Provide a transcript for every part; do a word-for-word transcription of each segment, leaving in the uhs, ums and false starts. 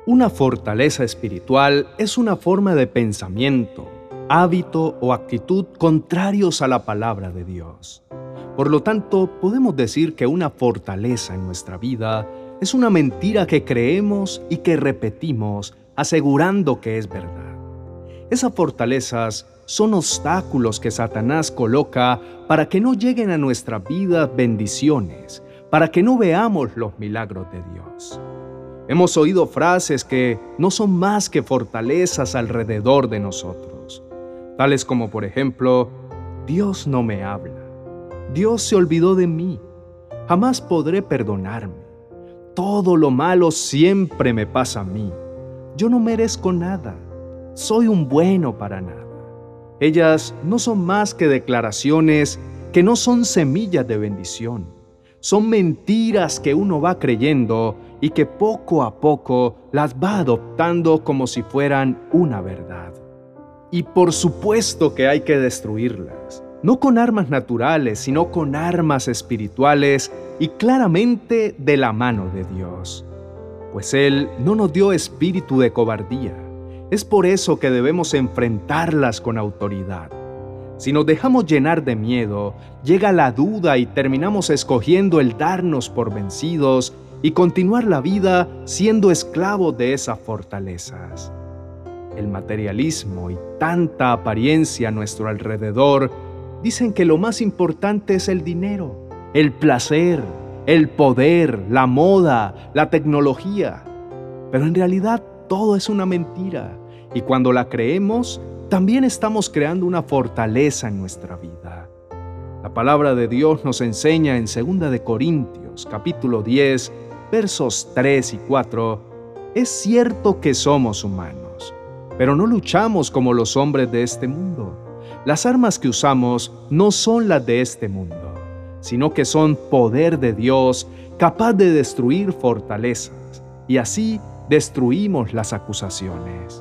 Una fortaleza espiritual es una forma de pensamiento, hábito o actitud contrarios a la palabra de Dios. Por lo tanto, podemos decir que una fortaleza en nuestra vida es una mentira que creemos y que repetimos asegurando que es verdad. Esas fortalezas son obstáculos que Satanás coloca para que no lleguen a nuestra vida bendiciones, para que no veamos los milagros de Dios. Hemos oído frases que no son más que fortalezas alrededor de nosotros, tales como, por ejemplo, Dios no me habla, Dios se olvidó de mí, jamás podré perdonarme, todo lo malo siempre me pasa a mí, yo no merezco nada, soy un bueno para nada. Ellas no son más que declaraciones que no son semillas de bendición. Son mentiras que uno va creyendo y que poco a poco las va adoptando como si fueran una verdad. Y por supuesto que hay que destruirlas, no con armas naturales, sino con armas espirituales y claramente de la mano de Dios. Pues Él no nos dio espíritu de cobardía. Es por eso que debemos enfrentarlas con autoridad. Si nos dejamos llenar de miedo, llega la duda y terminamos escogiendo el darnos por vencidos y continuar la vida siendo esclavos de esas fortalezas. El materialismo y tanta apariencia a nuestro alrededor dicen que lo más importante es el dinero, el placer, el poder, la moda, la tecnología. Pero en realidad todo es una mentira y cuando la creemos, también estamos creando una fortaleza en nuestra vida. La palabra de Dios nos enseña en segunda de Corintios, capítulo diez, versos tres y cuatro, es cierto que somos humanos, pero no luchamos como los hombres de este mundo. Las armas que usamos no son las de este mundo, sino que son poder de Dios capaz de destruir fortalezas, y así destruimos las acusaciones.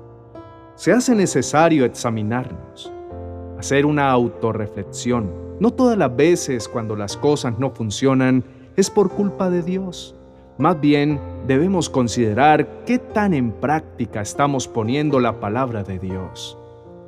Se hace necesario examinarnos, hacer una autorreflexión. No todas las veces cuando las cosas no funcionan es por culpa de Dios. Más bien debemos considerar qué tan en práctica estamos poniendo la palabra de Dios.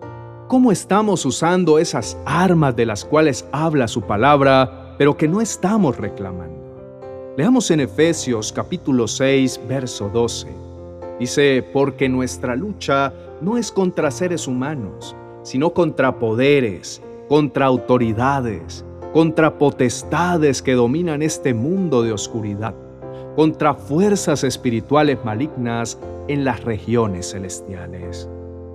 ¿Cómo estamos usando esas armas de las cuales habla su palabra, pero que no estamos reclamando? Leamos en Efesios capítulo seis, verso doce. Dice, porque nuestra lucha no es contra seres humanos, sino contra poderes, contra autoridades, contra potestades que dominan este mundo de oscuridad, contra fuerzas espirituales malignas en las regiones celestiales.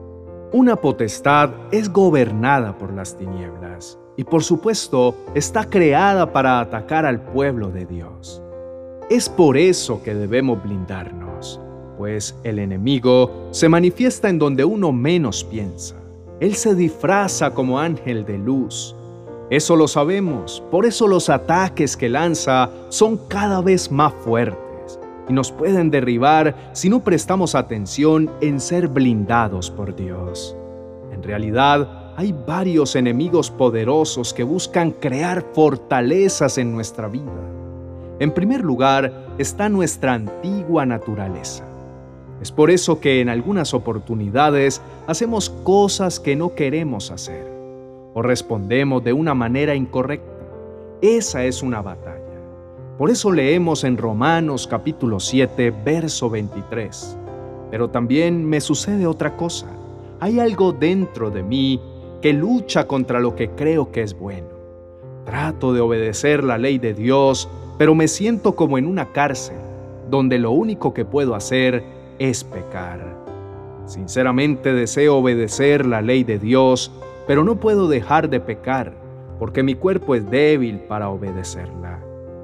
Una potestad es gobernada por las tinieblas y, por supuesto, está creada para atacar al pueblo de Dios. Es por eso que debemos blindarnos, pues el enemigo se manifiesta en donde uno menos piensa. Él se disfraza como ángel de luz. Eso lo sabemos, por eso los ataques que lanza son cada vez más fuertes y nos pueden derribar si no prestamos atención en ser blindados por Dios. En realidad, hay varios enemigos poderosos que buscan crear fortalezas en nuestra vida. En primer lugar está nuestra antigua naturaleza. Es por eso que en algunas oportunidades hacemos cosas que no queremos hacer o respondemos de una manera incorrecta. Esa es una batalla. Por eso leemos en Romanos capítulo siete, verso veintitrés. Pero también me sucede otra cosa. Hay algo dentro de mí que lucha contra lo que creo que es bueno. Trato de obedecer la ley de Dios, pero me siento como en una cárcel, donde lo único que puedo hacer es pecar. Sinceramente deseo obedecer la ley de Dios, pero no puedo dejar de pecar, porque mi cuerpo es débil para obedecerla.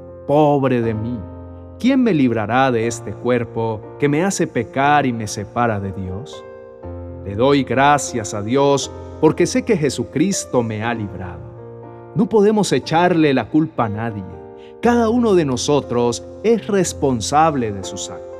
Pobre de mí, ¿quién me librará de este cuerpo que me hace pecar y me separa de Dios? Le doy gracias a Dios porque sé que Jesucristo me ha librado. No podemos echarle la culpa a nadie. Cada uno de nosotros es responsable de sus actos.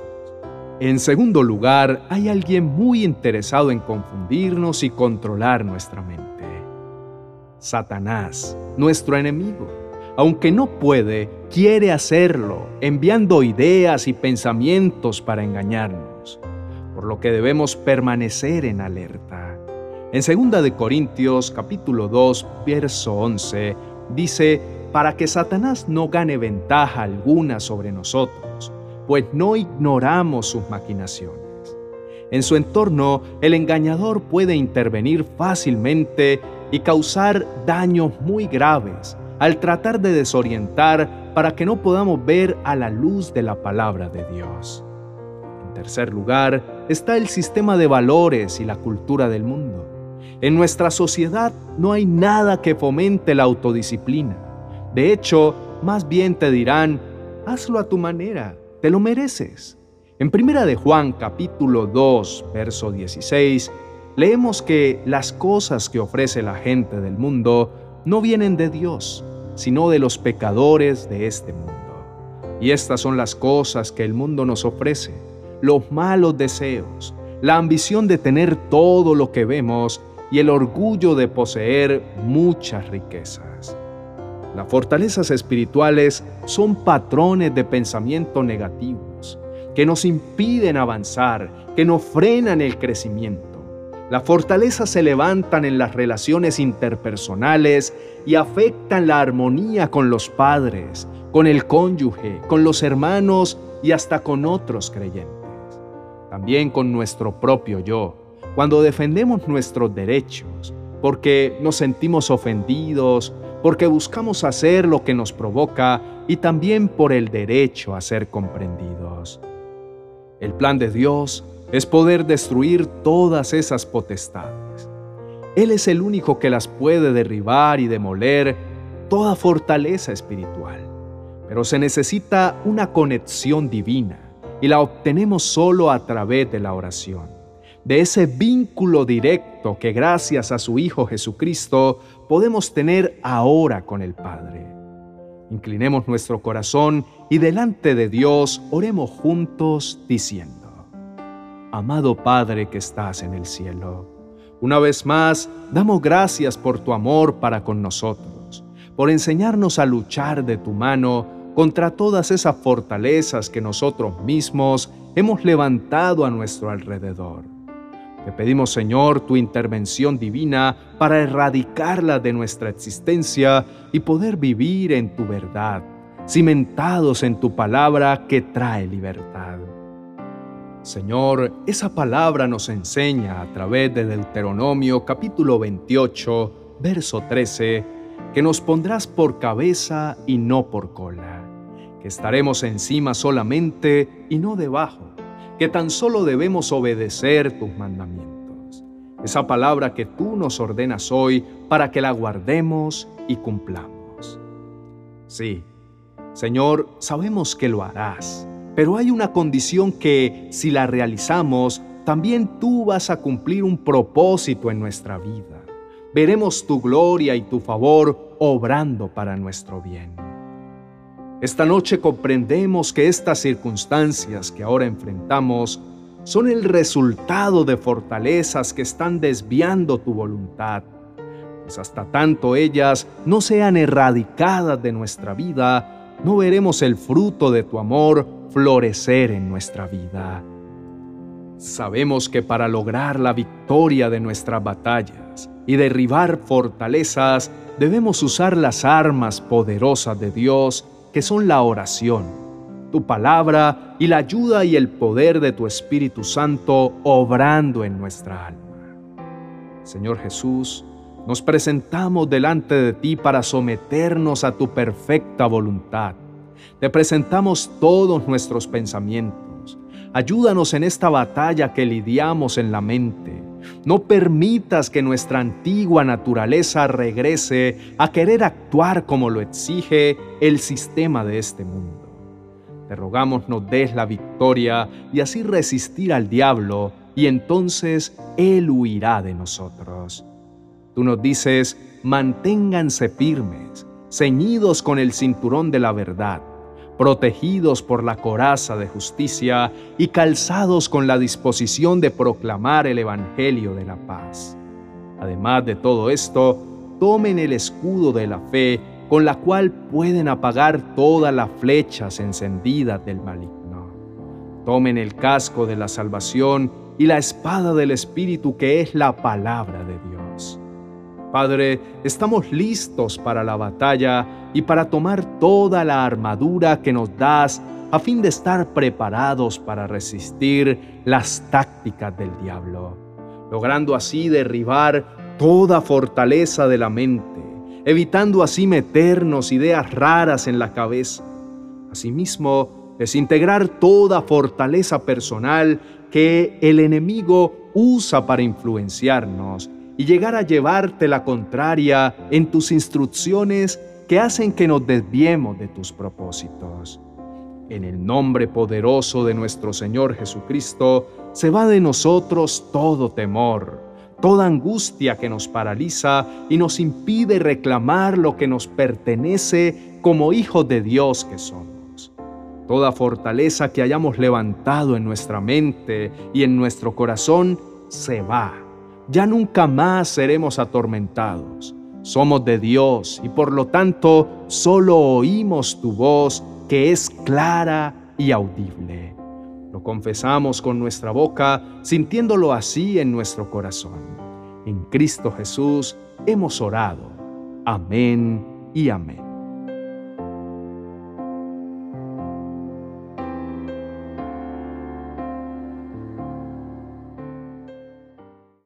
En segundo lugar, hay alguien muy interesado en confundirnos y controlar nuestra mente. Satanás, nuestro enemigo. aunque no puede, quiere hacerlo, enviando ideas y pensamientos para engañarnos, por lo que debemos permanecer en alerta. En segunda de Corintios, capítulo dos, verso once, dice: para que Satanás no gane ventaja alguna sobre nosotros, pues no ignoramos sus maquinaciones. En su entorno, el engañador puede intervenir fácilmente y causar daños muy graves al tratar de desorientar para que no podamos ver a la luz de la palabra de Dios. En tercer lugar, está el sistema de valores y la cultura del mundo. En nuestra sociedad no hay nada que fomente la autodisciplina. De hecho, más bien te dirán: hazlo a tu manera, te lo mereces. En Primera de Juan, capítulo dos, verso dieciséis, leemos que las cosas que ofrece la gente del mundo no vienen de Dios, sino de los pecadores de este mundo. Y estas son las cosas que el mundo nos ofrece: los malos deseos, la ambición de tener todo lo que vemos y el orgullo de poseer muchas riquezas. Las fortalezas espirituales son patrones de pensamiento negativos que nos impiden avanzar, que nos frenan el crecimiento. Las fortalezas se levantan en las relaciones interpersonales y afectan la armonía con los padres, con el cónyuge, con los hermanos y hasta con otros creyentes. También con nuestro propio yo, cuando defendemos nuestros derechos, porque nos sentimos ofendidos, porque buscamos hacer lo que nos provoca y también por el derecho a ser comprendidos. El plan de Dios es poder destruir todas esas potestades. Él es el único que las puede derribar y demoler toda fortaleza espiritual. Pero se necesita una conexión divina y la obtenemos solo a través de la oración, de ese vínculo directo que gracias a su Hijo Jesucristo podemos tener ahora con el Padre. Inclinemos nuestro corazón y delante de Dios oremos juntos diciendo: Amado Padre que estás en el cielo, una vez más damos gracias por tu amor para con nosotros, por enseñarnos a luchar de tu mano contra todas esas fortalezas que nosotros mismos hemos levantado a nuestro alrededor. Te pedimos, Señor, tu intervención divina para erradicarlas de nuestra existencia y poder vivir en tu verdad, cimentados en tu palabra que trae libertad. Señor, esa palabra nos enseña a través de Deuteronomio capítulo veintiocho, verso trece, que nos pondrás por cabeza y no por cola, que estaremos encima solamente y no debajo, que tan solo debemos obedecer tus mandamientos. Esa palabra que tú nos ordenas hoy para que la guardemos y cumplamos. Sí, Señor, sabemos que lo harás, pero hay una condición que, si la realizamos, también tú vas a cumplir un propósito en nuestra vida. Veremos tu gloria y tu favor obrando para nuestro bien. Esta noche comprendemos que estas circunstancias que ahora enfrentamos son el resultado de fortalezas que están desviando tu voluntad, pues hasta tanto ellas no sean erradicadas de nuestra vida, no veremos el fruto de tu amor florecer en nuestra vida. Sabemos que para lograr la victoria de nuestras batallas y derribar fortalezas, debemos usar las armas poderosas de Dios, que son la oración, tu palabra y la ayuda y el poder de tu Espíritu Santo obrando en nuestra alma. Señor Jesús, nos presentamos delante de ti para someternos a tu perfecta voluntad. Te presentamos todos nuestros pensamientos. Ayúdanos en esta batalla que lidiamos en la mente. No permitas que nuestra antigua naturaleza regrese a querer actuar como lo exige el sistema de este mundo. Te rogamos nos des la victoria y así resistir al diablo, y entonces él huirá de nosotros. Tú nos dices: manténganse firmes, ceñidos con el cinturón de la verdad, protegidos por la coraza de justicia y calzados con la disposición de proclamar el evangelio de la paz. Además de todo esto, tomen el escudo de la fe con la cual pueden apagar todas las flechas encendidas del maligno. Tomen el casco de la salvación y la espada del Espíritu, que es la palabra de Dios. Padre, estamos listos para la batalla y para tomar toda la armadura que nos das a fin de estar preparados para resistir las tácticas del diablo, logrando así derribar toda fortaleza de la mente, evitando así meternos ideas raras en la cabeza. Asimismo, desintegrar toda fortaleza personal que el enemigo usa para influenciarnos y llegar a llevarte la contraria en tus instrucciones que hacen que nos desviemos de tus propósitos. En el nombre poderoso de nuestro Señor Jesucristo, se va de nosotros todo temor, toda angustia que nos paraliza y nos impide reclamar lo que nos pertenece como hijos de Dios que somos. Toda fortaleza que hayamos levantado en nuestra mente y en nuestro corazón se va. Ya nunca más seremos atormentados. Somos de Dios y por lo tanto solo oímos tu voz, que es clara y audible. Lo confesamos con nuestra boca, sintiéndolo así en nuestro corazón. En Cristo Jesús hemos orado. Amén y amén.